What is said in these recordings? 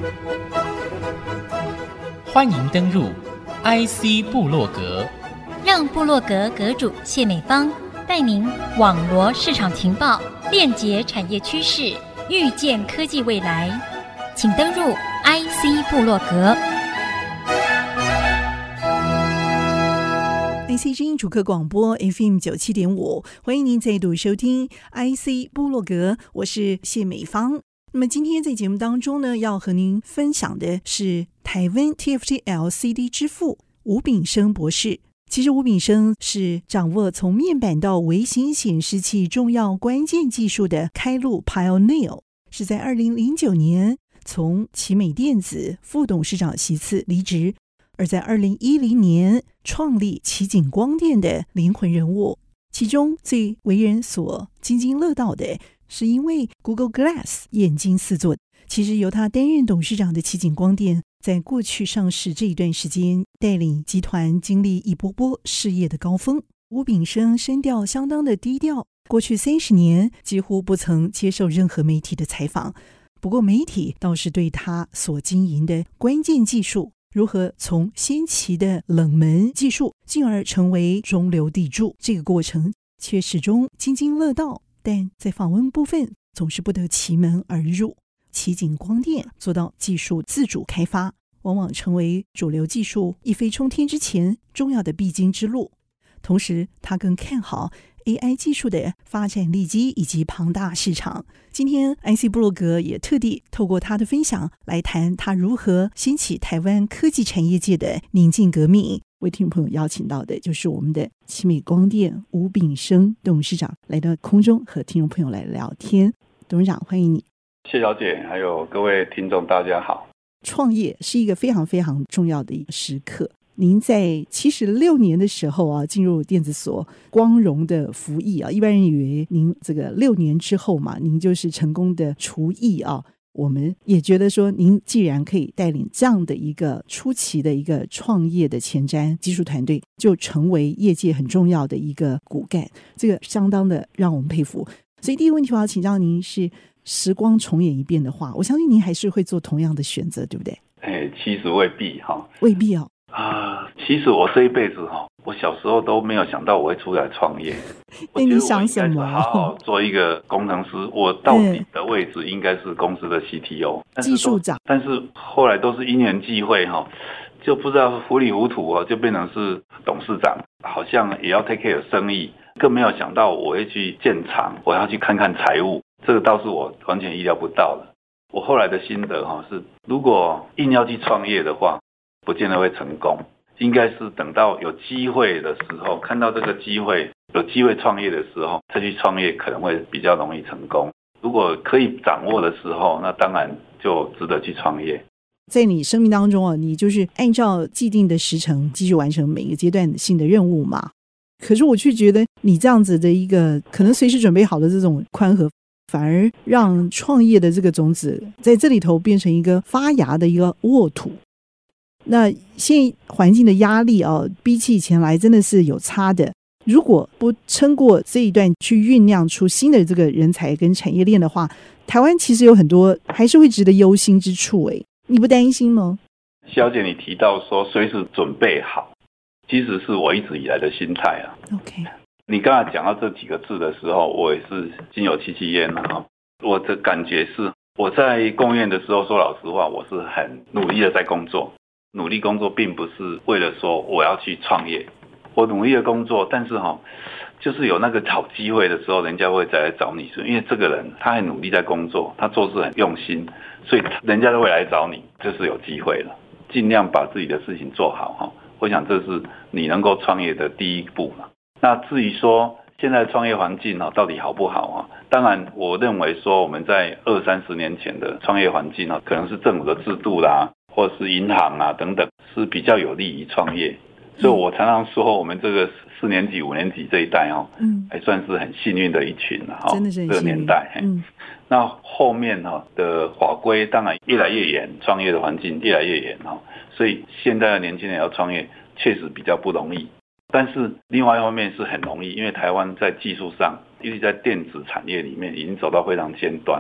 欢迎登入 IC 部落格， 让部落格阁主谢美芳带您网罗市场情报，链接产业趋势，预见科技未来。请登入 IC 部落格。 IC 之音主客广播 FM 97.5，欢迎您再度收听 IC 部落格，我是谢美芳。那么今天在节目当中呢，要和您分享的是台湾 TFT LCD 之父吴炳生博士。其实吴炳生是掌握从面板到微型显示器重要关键技术的开路 Pioneer， 是在2009年从奇美电子副董事长席次离职，而在2010年创立奇景光电的灵魂人物。其中最为人所津津乐道的是因为 Google Glass 眼睛四座，其实由他担任董事长的奇景光电在过去上市这一段时间，带领集团经历一波波事业的高峰。吴炳生声调相当的低调，过去30年几乎不曾接受任何媒体的采访，不过媒体倒是对他所经营的关键技术，如何从先期的冷门技术进而成为中流砥柱，这个过程却始终津津乐道，但在访问部分总是不得其门而入。奇景光电做到技术自主开发，往往成为主流技术一飞冲天之前重要的必经之路。同时他更看好 AI 技术的发展利基以及庞大市场。今天 IC 部落格也特地透过他的分享来谈他如何掀起台湾科技产业界的宁静革命。为听众朋友邀请到的就是我们的奇美光电吴炳生董事长来到空中和听众朋友来聊天。董事长，欢迎你。 谢小姐，还有各位听众大家好。 创业是一个非常非常重要的一个时刻，您在76年的时候啊，进入电子所，光荣的服役啊。一般人以为您这个6年之后嘛，您就是成功的厨艺啊。我们也觉得说，您既然可以带领这样的一个初期的一个创业的前瞻技术团队，就成为业界很重要的一个骨干，这个相当的让我们佩服。所以第一个问题我要请教您是，时光重演一遍的话，我相信您还是会做同样的选择，对不对？ 其实未必哈， 未必哦。 其实我这一辈子哈，我小时候都没有想到我会出来创业。 那你想什么？ 好好做一个工程师，我到底的位置应该是公司的 CTO 技术长。但是后来都是因缘际会哈，就不知道糊里糊涂就变成是董事长，好像也要 take care 生意，更没有想到我会去建厂，我要去看看财务，这个倒是我完全意料不到的。我后来的心得是，如果硬要去创业的话，不见得会成功，应该是等到有机会的时候，看到这个机会，有机会创业的时候再去创业，可能会比较容易成功。如果可以掌握的时候，那当然就值得去创业。 在你生命当中你就是按照既定的时程继续完成每个阶段性的任务嘛。可是我却觉得你这样子的一个可能随时准备好的这种宽和，反而让创业的这个种子在这里头变成一个发芽的一个沃土。那现在环境的压力比起以前来真的是有差的。如果不撑过这一段去酝酿出新的这个人才跟产业链的话，台湾其实有很多还是会值得忧心之处。你不担心吗？ 小姐，你提到说随时准备好，其实是我一直以来的心态 OK， 你刚才讲到这几个字的时候，我也是心有戚戚焉我的感觉是，我在工院的时候，说老实话，我是很努力的在工作。努力工作并不是为了说我要去创业，我努力的工作，但是就是有那个好机会的时候，人家会再来找你，因为这个人他很努力在工作，他做事很用心，所以人家都会来找你，就是有机会了。尽量把自己的事情做好我想这是你能够创业的第一步嘛。那至于说现在创业环境到底好不好当然我认为说我们在20-30年前的创业环境可能是政府的制度啦，或是银行等等，是比较有利于创业。所以我常常说我们这个4年级5年级这一代还算是很幸运的一群真的是很幸运。 这个年代那后面的法规当然越来越严，创业的环境越来越严所以现在的年轻人要创业确实比较不容易。但是另外一方面是很容易，因为台湾在技术上，尤其在电子产业里面已经走到非常尖端，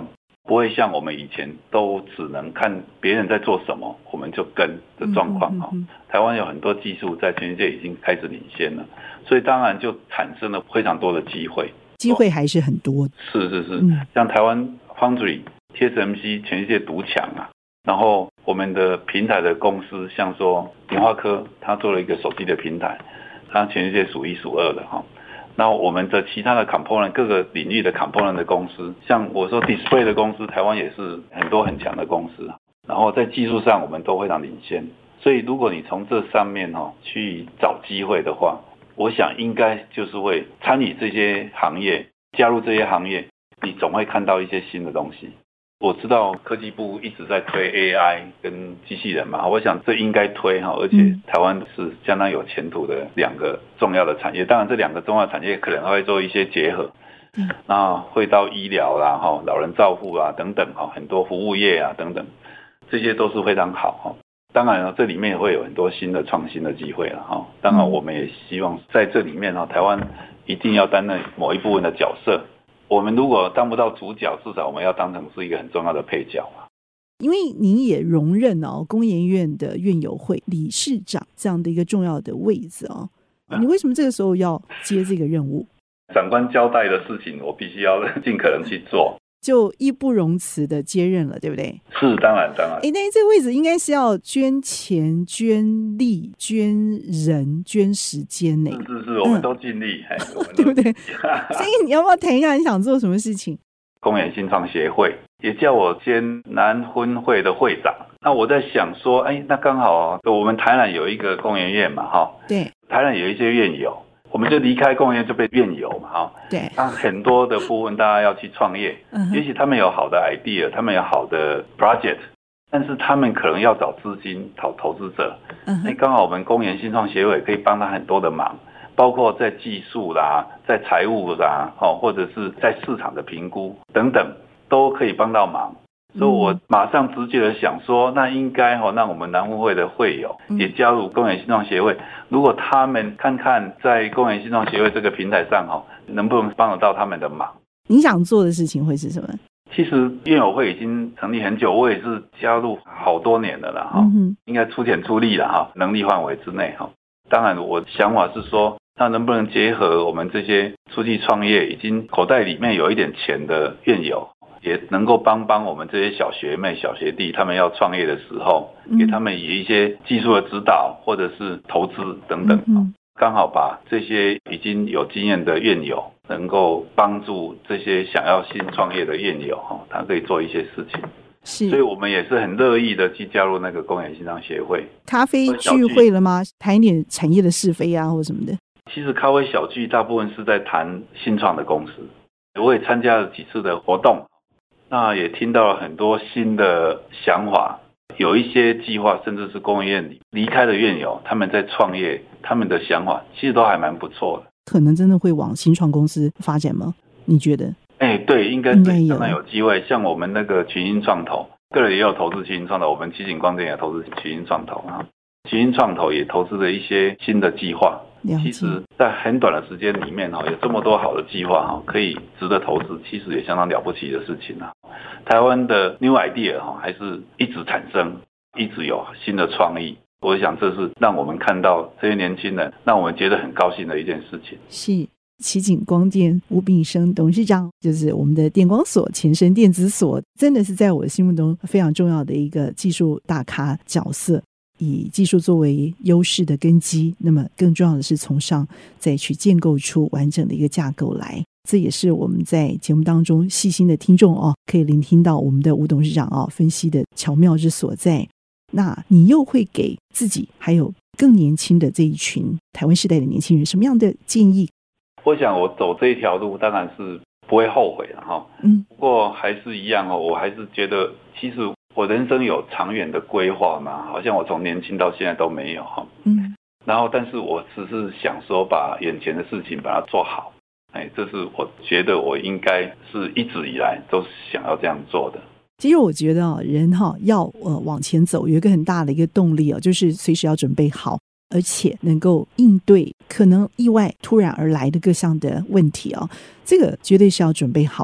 不会像我们以前都只能看别人在做什么我们就跟的状况。台湾有很多技术在全世界已经开始领先了，所以当然就产生了非常多的机会还是很多。 是，像台湾 Foundry TSMC 全世界独强啊，然后我们的平台的公司像说联发科，它做了一个手机的平台，它全世界数一数二的哈。然后我们的其他的 component 各个领域的 component 的公司，像我说 display 的公司，台湾也是很多很强的公司，然后在技术上我们都非常领先。所以如果你从这上面去找机会的话，我想应该就是会参与这些行业，加入这些行业，你总会看到一些新的东西。我知道科技部一直在推 AI 跟机器人嘛，我想这应该推，而且台湾是相当有前途的两个重要的产业。当然这两个重要的产业可能会做一些结合，那会到医疗啦、老人照护啊等等，很多服务业啊等等，这些都是非常好。当然这里面也会有很多新的创新的机会啦。当然我们也希望在这里面台湾一定要担任某一部分的角色。我们如果当不到主角，至少我们要当成是一个很重要的配角啊。 因为您也荣任工研院的院友会理事长这样的一个重要的位置你为什么这个时候要接这个任务？ 长官交代的事情，我必须要尽可能去做，就义不容辞的接任了，对不对？ 是，当然。 那这个位置应该是要捐钱、捐力、捐人、捐时间呢。 是，我们都尽力， 对不对？所以你要不要谈一下你想做什么事情？ 公研新创协会也叫我兼南分会的会长。那我在想说，那刚好我们台南有一个工研院嘛， 对， 台南有一些院友。我们就离开工研就被院友嘛， 对， 很多的部分大家要去创业，也许他们有好的 idea， 他们有好的 project， 但是他们可能要找资金、找投资者。刚好我们工研新创协会可以帮他很多的忙，包括在技术啦、在财务啦，或者是在市场的评估等等，都可以帮到忙。所以我马上直接的想说，那应该让我们南分会的会友也加入工研新创协会。如果他们看看在工研新创协会这个平台上能不能帮得到他们的忙。 你想做的事情会是什么？ 其实院友会已经成立很久，我也是加入好多年了啦，应该出钱出力了，能力范围之内。当然我想法是说，那能不能结合我们这些出去创业已经口袋里面有一点钱的院友，也能够帮我们这些小学妹、小学弟，他们要创业的时候，给他们以一些技术的指导或者是投资等等，刚好把这些已经有经验的院友，能够帮助这些想要新创业的院友，他可以做一些事情。 是， 所以我们也是很乐意的去加入那个工研新创协会。 咖啡聚会了吗？谈一点产业的是非啊，或什么的。 其实咖啡小聚大部分是在谈新创的公司，我也参加了几次的活动。那也听到了很多新的想法，有一些计划甚至是工研院离开的院友，他们在创业，他们的想法其实都还蛮不错的。 可能真的会往新创公司发展吗？你觉得？ 对，应该当然有机会。像我们那个群英创投，个人也有投资群英创投，我们奇景光电也投资群英创投群英创投也投资了一些新的计划。其实在很短的时间里面有这么多好的计划可以值得投资，其实也相当了不起的事情台湾的 new idea 还是一直产生，一直有新的创意。我想这是让我们看到这些年轻人，让我们觉得很高兴的一件事情。 是奇景光电吴炳生董事长，就是我们的电光所前身电子所，真的是在我的心目中非常重要的一个技术大咖角色，以技术作为优势的根基，那么更重要的是从上再去建构出完整的一个架构来。这也是我们在节目当中细心的听众可以聆听到我们的吴董事长分析的巧妙之所在。那你又会给自己还有更年轻的这一群台湾世代的年轻人什么样的建议？ 我想我走这一条路当然是不会后悔了不过还是一样我还是觉得其实我人生有长远的规划嘛，好像我从年轻到现在都没有然后但是我只是想说把眼前的事情把它做好，这是我觉得我应该是一直以来都想要这样做的。 其实我觉得人要往前走有一个很大的一个动力就是随时要准备好，而且能够应对可能意外突然而来的各项的问题这个绝对是要准备好的。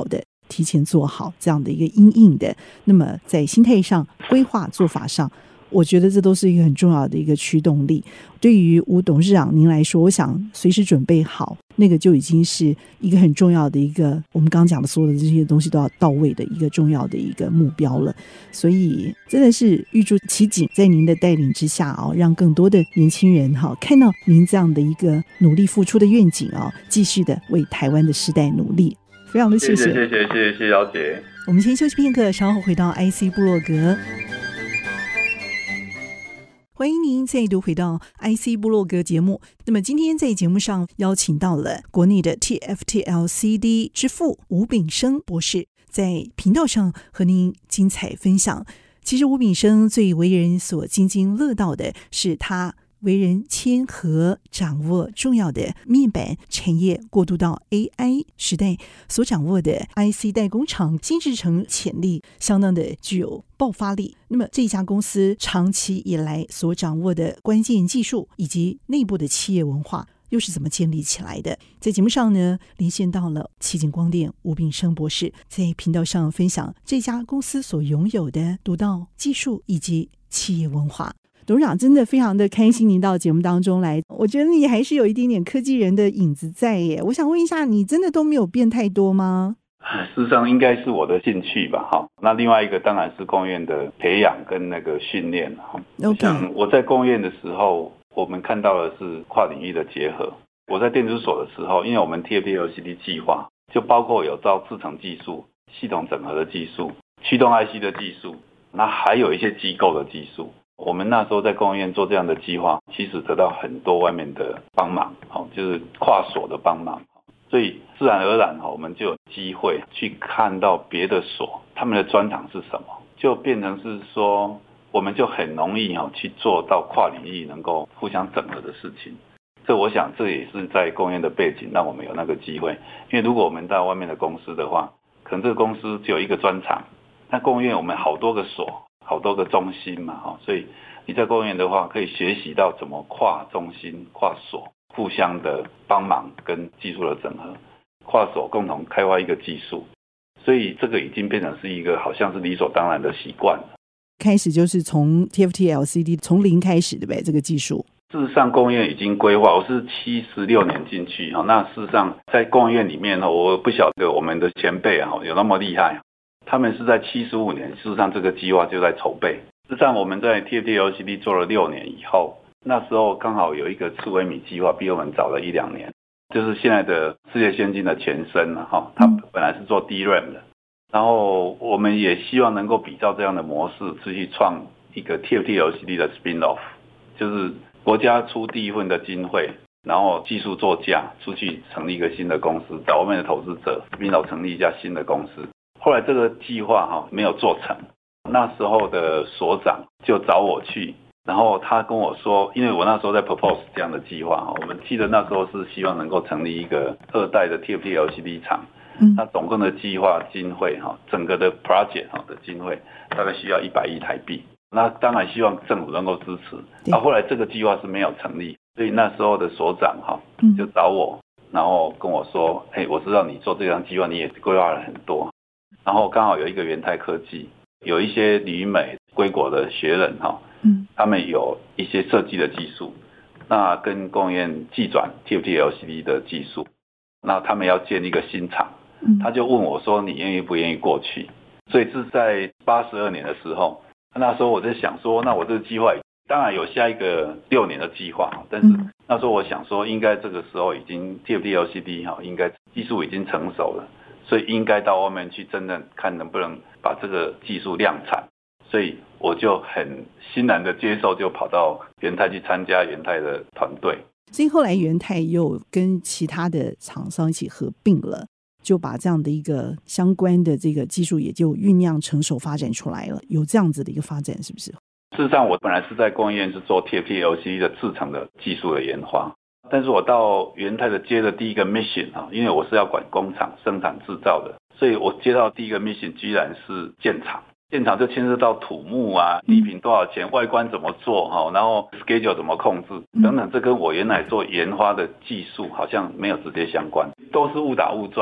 提前做好这样的一个因应的，那么在心态上、规划做法上，我觉得这都是一个很重要的一个驱动力。对于吴董事长您来说，我想随时准备好，那个就已经是一个很重要的一个，我们刚刚讲的所有的这些东西都要到位的一个重要的一个目标了。所以真的是预祝奇景在您的带领之下让更多的年轻人看到您这样的一个努力付出的愿景继续的为台湾的世代努力。非常的谢谢姚姐。 我们先休息片刻，稍后回到 IC 部落格。欢迎您再度回到 IC 部落格节目。那么今天在节目上邀请到了国内的 TFT-LCD 之父吴炳生博士，在频道上和您精彩分享。其实吴炳生最为人所津津乐道的是他为人谦和，掌握重要的面板产业过渡到 AI 时代所掌握的 IC 代工厂新制程潜力相当的具有爆发力。那么这家公司长期以来所掌握的关键技术以及内部的企业文化又是怎么建立起来的？在节目上呢，连线到了奇景光电吴炳生博士，在频道上分享这家公司所拥有的独到技术以及企业文化。董事长真的非常的开心您到节目当中来，我觉得你还是有一点点科技人的影子在耶。我想问一下，你真的都没有变太多吗？ 事实上应该是我的兴趣吧。那另外一个当然是工院的培养跟那个训练。像我在工院的时候，我们看到的是跨领域的结合。我在电子所的时候，因为我们 TFT-LCD 计划就包括有造制程技术、系统整合的技术、驱动 IC 的技术，那还有一些机构的技术。我们那时候在工院做这样的计划，其实得到很多外面的帮忙，就是跨所的帮忙，所以自然而然我们就有机会去看到别的所他们的专长是什么，就变成是说我们就很容易去做到跨领域能够互相整合的事情。这我想这也是在工院的背景让我们有那个机会，因为如果我们到外面的公司的话，可能这个公司只有一个专长，那工院我们好多个所好多个中心嘛，所以你在工院的话可以学习到怎么跨中心跨所互相的帮忙跟技术的整合，跨所共同开发一个技术，所以这个已经变成是一个好像是理所当然的习惯了。 开始就是从 TFT-LCD 从零开始对不对？这个技术事实上工院已经规划，我是76年进去，那事实上在工院里面我不晓得我们的前辈有那么厉害，他们是在75年，事实上这个计划就在筹备。事实上我们在 TFT-LCD 做了6年以后，那时候刚好有一个4微米计划比我们早了1-2年，就是现在的世界先进的前身它本来是做 DRAM 的，然后我们也希望能够比照这样的模式去创一个 TFT-LCD 的 spin-off， 就是国家出第一份的经费，然后技术作价出去成立一个新的公司，找外面的投资者 spin-off 成立一家新的公司。后来这个计划没有做成，那时候的所长就找我去，然后他跟我说，因为我那时候在 propose 这样的计划，我们记得那时候是希望能够成立一个2代的 TFT-LCD 厂，那总共的计划经费整个的 project 的经费大概需要100亿台币，那当然希望政府能够支持。后来这个计划是没有成立，所以那时候的所长就找我，然后跟我说，我知道你做这项计划你也规划了很多，然后刚好有一个元泰科技，有一些旅美归国的学人他们有一些设计的技术，那跟工研技转 TFT-LCD 的技术，那他们要建一个新厂，他就问我说你愿意不愿意过去。所以是在82年的时候，那时候我在想说，那我这个计划当然有下一个6年的计划，但是那时候我想说应该这个时候已经 TFT-LCD 应该技术已经成熟了，所以应该到外面去真正看能不能把这个技术量产，所以我就很欣然的接受，就跑到元泰去参加元泰的团队。 所以后来元泰又跟其他的厂商一起合并了，就把这样的一个相关的这个技术也就酝酿成熟发展出来了，有这样子的一个发展是不是？ 事实上我本来是在工研院是做 TFT-LCD 的制程的技术的研发，但是我到元泰的接的第一个 mission 因为我是要管工厂生产制造的，所以我接到第一个 mission 居然是建厂。建厂就牵涉到土木啊，地坪多少钱，外观怎么做然后 schedule 怎么控制等等，这跟我原来做研发的技术好像没有直接相关，都是误打误撞。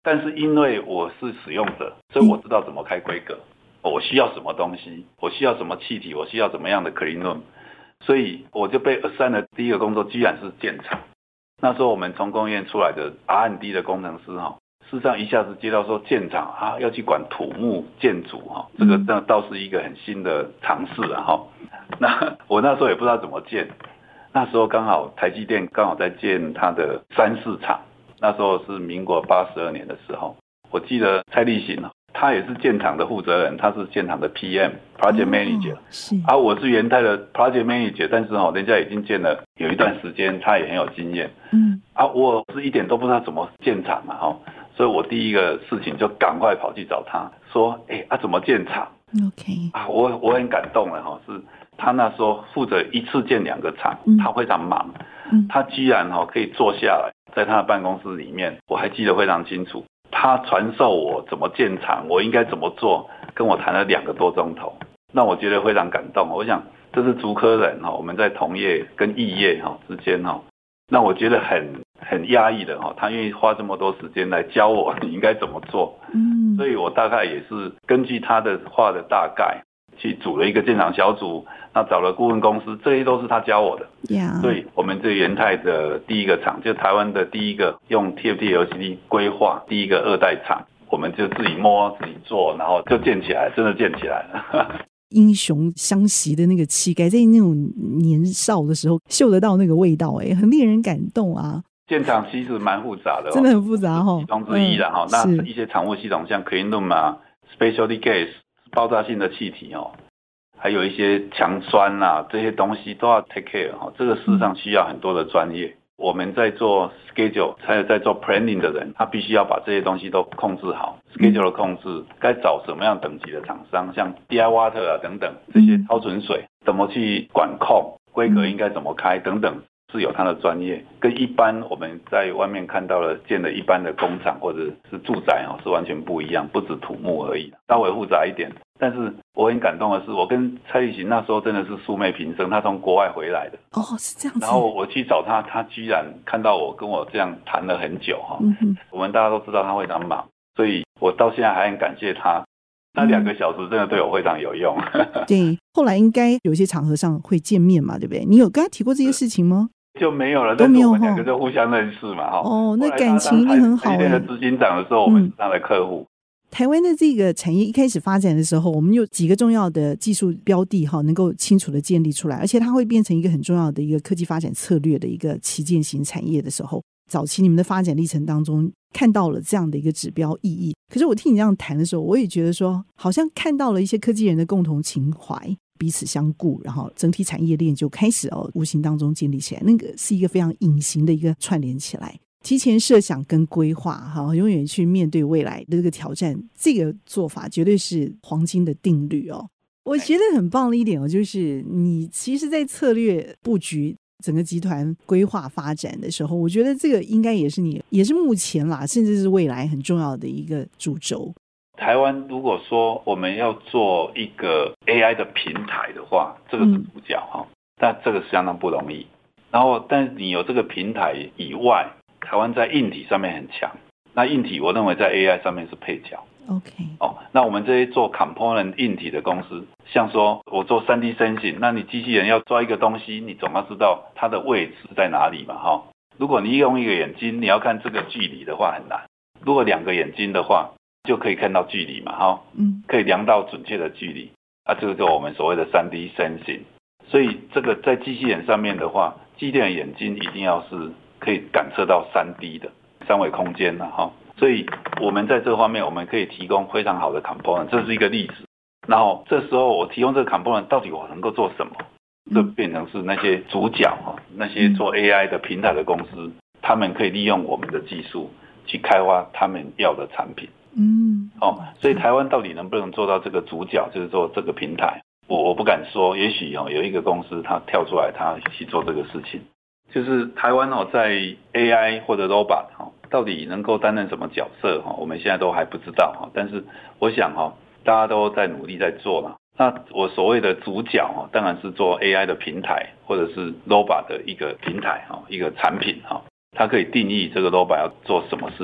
但是因为我是使用者，所以我知道怎么开规格，我需要什么东西，我需要什么气体，我需要怎么样的 clean room， 所以我就被 assign 的第一个工作居然是建厂。那时候我们从工院出来的 R&D 的工程师事实上一下子接到说建厂要去管土木建筑这个倒是一个很新的尝试那我那时候也不知道怎么建，那时候刚好台积电刚好在建它的3、4厂，那时候是民国82年的时候，我记得蔡立行他也是建厂的负责人，他是建厂的 PM Project Manager，我是元泰的 Project Manager， 但是人家已经建了有一段时间，他也很有经验，我是一点都不知道怎么建厂所以我第一个事情就赶快跑去找他说怎么建厂 OK 我很感动了是他那时候负责一次建2个厂，他非常忙，他居然可以坐下来在他的办公室里面，我还记得非常清楚，他传授我怎么建厂，我应该怎么做，跟我谈了2个多钟头，那我觉得非常感动。我想这是竹科人我们在同业跟异业之间那我觉得很压抑的他愿意花这么多时间来教我你应该怎么做，所以我大概也是根据他的话的大概去组了一个建厂小组，那找了顾问公司，这些都是他教我的。所以我们这元泰的第一个厂，就台湾的第一个用 TFT LCD 规划第一个2代厂，我们就自己摸自己做，然后就建起来，真的建起来了。 英雄相惜的那个气概，在那种年少的时候嗅得到那个味道，很令人感动啊。建厂其实蛮复杂的真的很复杂其中之一啦那一些厂务系统像 clean room specialty gas 爆炸性的气体还有一些强酸这些东西都要 take care 这个事实上需要很多的专业。我们在做 schedule 还有在做 planning 的人，他必须要把这些东西都控制好，schedule 的控制，该找什么样等级的厂商，像 DI water 等等这些超纯水怎么去管控，规格应该怎么开等等，是有它的专业，跟一般我们在外面看到的建的一般的工厂或者是住宅是完全不一样，不止土木而已，稍微复杂一点。但是我很感动的是，我跟蔡立行那时候真的是素昧平生，他从国外回来的是这样子。 然后我去找他，他居然看到我跟我这样谈了很久我们大家都知道他非常忙，所以我到现在还很感谢他。那2个小时真的对我非常有用对，后来应该有些场合上会见面嘛，对不对？你有跟他提过这些事情吗？ 就没有了，都没有，我们2个就互相认识嘛那感情一定很好。 台积电的执行长的时候，我们是他的客户。 台湾的这个产业一开始发展的时候，我们有几个重要的技术标的能够清楚的建立出来，而且它会变成一个很重要的一个科技发展策略的一个旗舰型产业的时候，早期你们的发展历程当中看到了这样的一个指标意义。可是我听你这样谈的时候，我也觉得说好像看到了一些科技人的共同情怀，彼此相顾，然后整体产业链就开始无形当中建立起来，那个是一个非常隐形的一个串联起来，提前设想跟规划永远去面对未来的这个挑战，这个做法绝对是黄金的定律我觉得很棒的一点就是你其实在策略布局整个集团规划发展的时候，我觉得这个应该也是你也是目前啦，甚至是未来很重要的一个主轴。 台湾如果说我们要做一个 AI 的平台的话，这个是主角但这个相当不容易。然后但是你有这个平台以外，台湾在硬体上面很强，那硬体我认为在 AI 上面是配角。 OK 那我们这些做 component 硬体的公司，像说我做 3D sensing， 那你机器人要抓一个东西，你总要知道它的位置在哪里嘛如果你用一个眼睛，你要看这个距离的话很难，如果2个眼睛的话就可以看到距离嘛可以量到准确的距离这个就是我们所谓的 3D sensing。 所以这个在机器人上面的话，机器人的眼睛一定要是可以感测到 3D 的三维空间所以我们在这方面我们可以提供非常好的 component， 这是一个例子。然后这时候我提供这个 component 到底我能够做什么，这变成是那些主角那些做 AI 的平台的公司，他们可以利用我们的技术去开发他们要的产品所以台湾到底能不能做到这个主角，就是做这个平台，我不敢说，也许有一个公司他跳出来他去做这个事情。就是台湾在 AI 或者 Robot 到底能够担任什么角色我们现在都还不知道但是我想大家都在努力在做了。那我所谓的主角当然是做 AI 的平台或者是 Robot 的一个平台一个产品它可以定义这个 Robot 要做什么事情。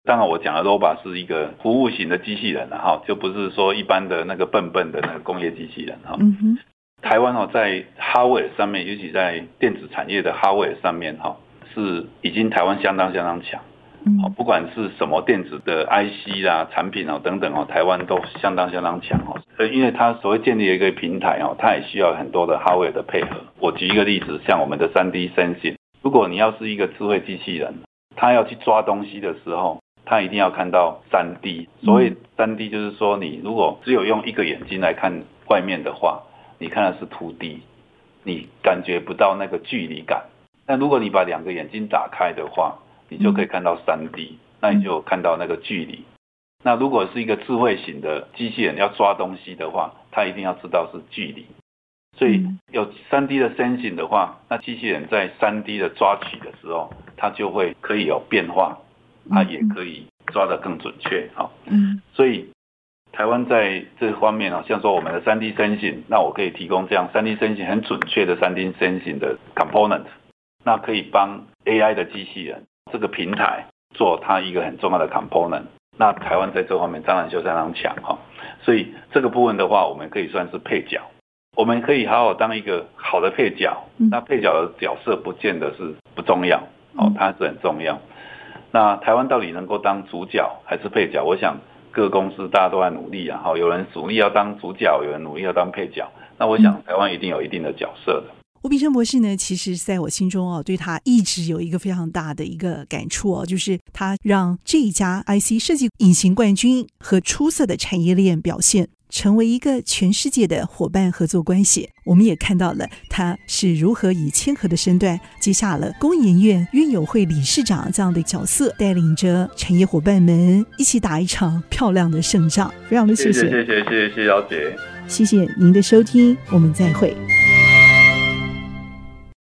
当然我讲的 robot 是一个服务型的机器人就不是说一般的那个笨笨的那个工业机器人台湾在 hardware 上面，尤其在电子产业的 hardware 上面是已经台湾相当强。不管是什么电子的 IC 啦、产品等等台湾都相当强因为它所谓建立一个平台它也需要很多的 hardware 的配合。我举一个例子，像我们的 3D sensing， 如果你要是一个智慧机器人，它要去抓东西的时候，它一定要看到 3D。 所谓 3D 就是说，你如果只有用一个眼睛来看外面的话，你看的是 2D， 你感觉不到那个距离感。但如果你把两个眼睛打开的话，你就可以看到 3D， 那你就看到那个距离。那如果是一个智慧型的机器人要抓东西的话，它一定要知道是距离。所以有 3D 的 sensing 的话，那机器人在 3D 的抓取的时候，它就会可以有变化，它也可以抓得更准确。所以台湾在这方面像说我们的 3D sensing， 那我可以提供这样 3D sensing 很准确的 3D sensing 的 component， 那可以帮 AI 的机器人这个平台做它一个很重要的 component。 那台湾在这方面当然就相当强所以这个部分的话，我们可以算是配角，我们可以好好当一个好的配角。那配角的角色不见得是不重要它是很重要。那台湾到底能够当主角还是配角，我想各公司大家都在努力有人努力要当主角，有人努力要当配角，那我想台湾一定有一定的角色的。 吴炳生博士呢，其实在我心中对他一直有一个非常大的一个感触就是他让这一家 IC 设计隐形冠军和出色的产业链表现成为一个全世界的伙伴合作关系。我们也看到了他是如何以谦和的身段接下了工研院院友会理事长这样的角色，带领着产业伙伴们一起打一场漂亮的胜仗。非常的谢谢小姐， 谢谢您的收听，我们再会。